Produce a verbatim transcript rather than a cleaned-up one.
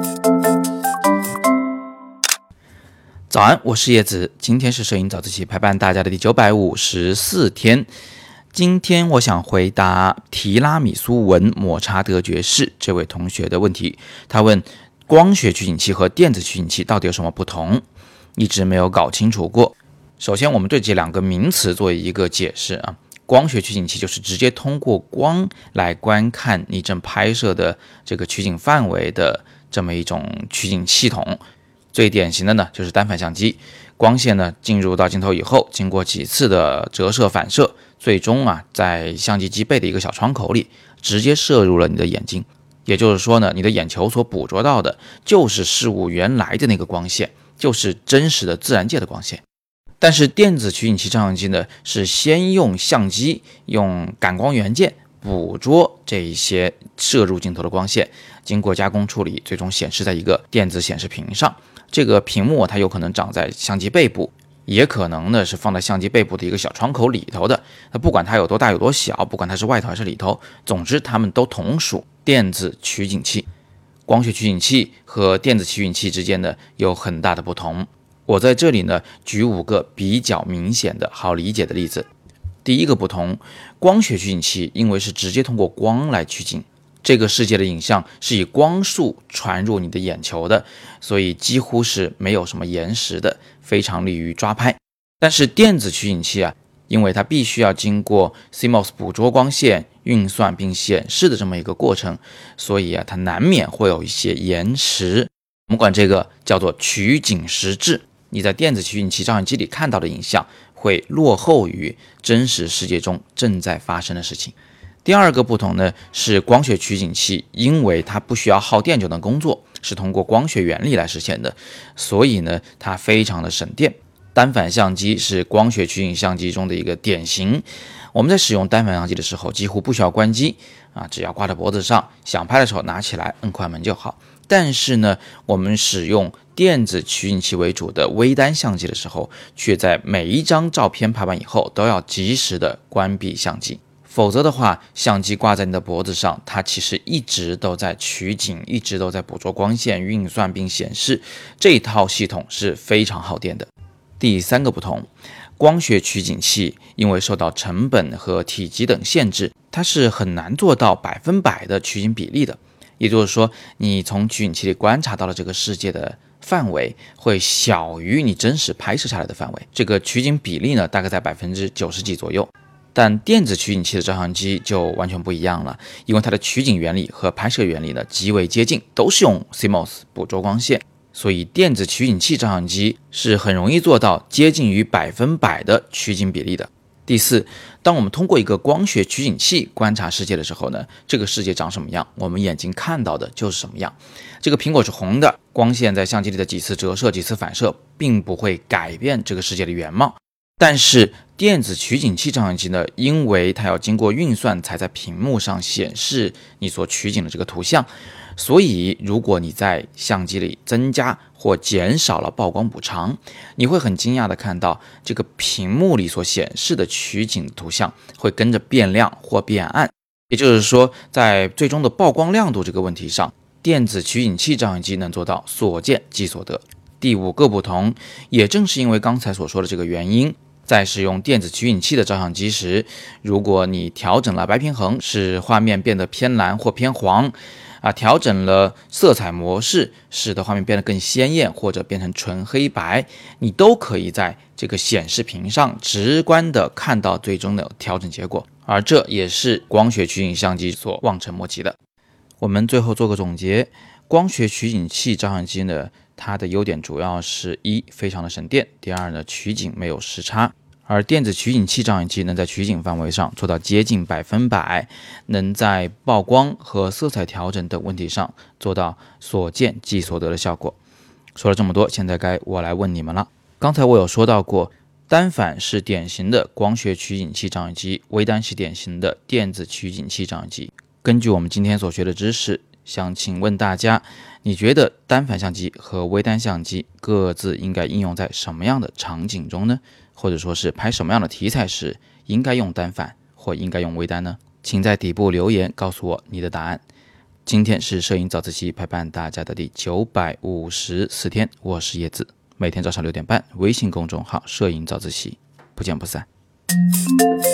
早安，我是叶子，今天是摄影早自习陪伴大家的第九百五十四天。今天我想回答提拉米苏文抹茶德爵士这位同学的问题。他问光学取景器和电子取景器到底有什么不同，一直没有搞清楚过。首先我们对这两个名词做一个解释啊。光学取景器就是直接通过光来观看你正拍摄的这个取景范围的这么一种取景系统。最典型的呢就是单反相机，光线呢进入到镜头以后，经过几次的折射反射，最终啊在相机机背的一个小窗口里直接射入了你的眼睛。也就是说呢，你的眼球所捕捉到的就是事物原来的那个光线，就是真实的自然界的光线。但是电子取景器照相机呢，是先用相机用感光元件捕捉这一些射入镜头的光线，经过加工处理，最终显示在一个电子显示屏上。这个屏幕它有可能长在相机背部，也可能呢是放在相机背部的一个小窗口里头的。那不管它有多大有多小，不管它是外头还是里头，总之它们都同属电子取景器。光学取景器和电子取景器之间呢有很大的不同。我在这里呢举五个比较明显的好理解的例子。第一个不同，光学取景器因为是直接通过光来取景，这个世界的影像是以光速传入你的眼球的，所以几乎是没有什么延时的，非常利于抓拍。但是电子取景器啊，因为它必须要经过 C M O S 捕捉光线、运算并显示的这么一个过程，所以啊，它难免会有一些延时。我们管这个叫做取景时滞。你在电子取景器照相机里看到的影像会落后于真实世界中正在发生的事情。第二个不同呢，是光学取景器因为它不需要耗电就能工作，是通过光学原理来实现的，所以呢它非常的省电。单反相机是光学取景相机中的一个典型。我们在使用单反相机的时候几乎不需要关机啊，只要挂在脖子上，想拍的时候拿起来摁快门就好。但是呢，我们使用电子取景器为主的微单相机的时候，却在每一张照片拍完以后都要及时的关闭相机。否则的话，相机挂在你的脖子上，它其实一直都在取景，一直都在捕捉光线、运算并显示，这一套系统是非常耗电的。第三个不同，光学取景器因为受到成本和体积等限制，它是很难做到百分百的取景比例的。也就是说，你从取景器里观察到了这个世界的范围会小于你真实拍摄下来的范围，这个取景比例呢，大概在百分之九十几左右。但电子取景器的照相机就完全不一样了，因为它的取景原理和拍摄原理呢极为接近，都是用 C M O S 捕捉光线，所以电子取景器照相机是很容易做到接近于百分百的取景比例的。第四，当我们通过一个光学取景器观察世界的时候呢，这个世界长什么样，我们眼睛看到的就是什么样。这个苹果是红的，光线在相机里的几次折射、几次反射，并不会改变这个世界的原貌。但是电子取景器照相机呢，因为它要经过运算才在屏幕上显示你所取景的这个图像，所以如果你在相机里增加或减少了曝光补偿，你会很惊讶的看到这个屏幕里所显示的取景图像会跟着变亮或变暗。也就是说，在最终的曝光亮度这个问题上，电子取景器照相机能做到所见即所得。第五个不同，也正是因为刚才所说的这个原因，在使用电子取景器的照相机时，如果你调整了白平衡，使画面变得偏蓝或偏黄啊，调整了色彩模式，使得画面变得更鲜艳或者变成纯黑白，你都可以在这个显示屏上直观的看到最终的调整结果，而这也是光学取景相机所望尘莫及的。我们最后做个总结，光学取景器照相机呢，它的优点主要是一，非常的省电；第二呢，取景没有时差。而电子取景器照相机能在取景范围上做到接近百分百，能在曝光和色彩调整等问题上做到所见即所得的效果。说了这么多，现在该我来问你们了。刚才我有说到过，单反是典型的光学取景器照相机，微单是典型的电子取景器照相机。根据我们今天所学的知识，想请问大家，你觉得单反相机和微单相机各自应该应用在什么样的场景中呢？或者说是拍什么样的题材时应该用单反或应该用微单呢？请在底部留言告诉我你的答案。 今天是摄影早自习陪伴大家的第九百五十四天，我是叶子，每天早上六点半，微信公众号摄影早自习，不见不散。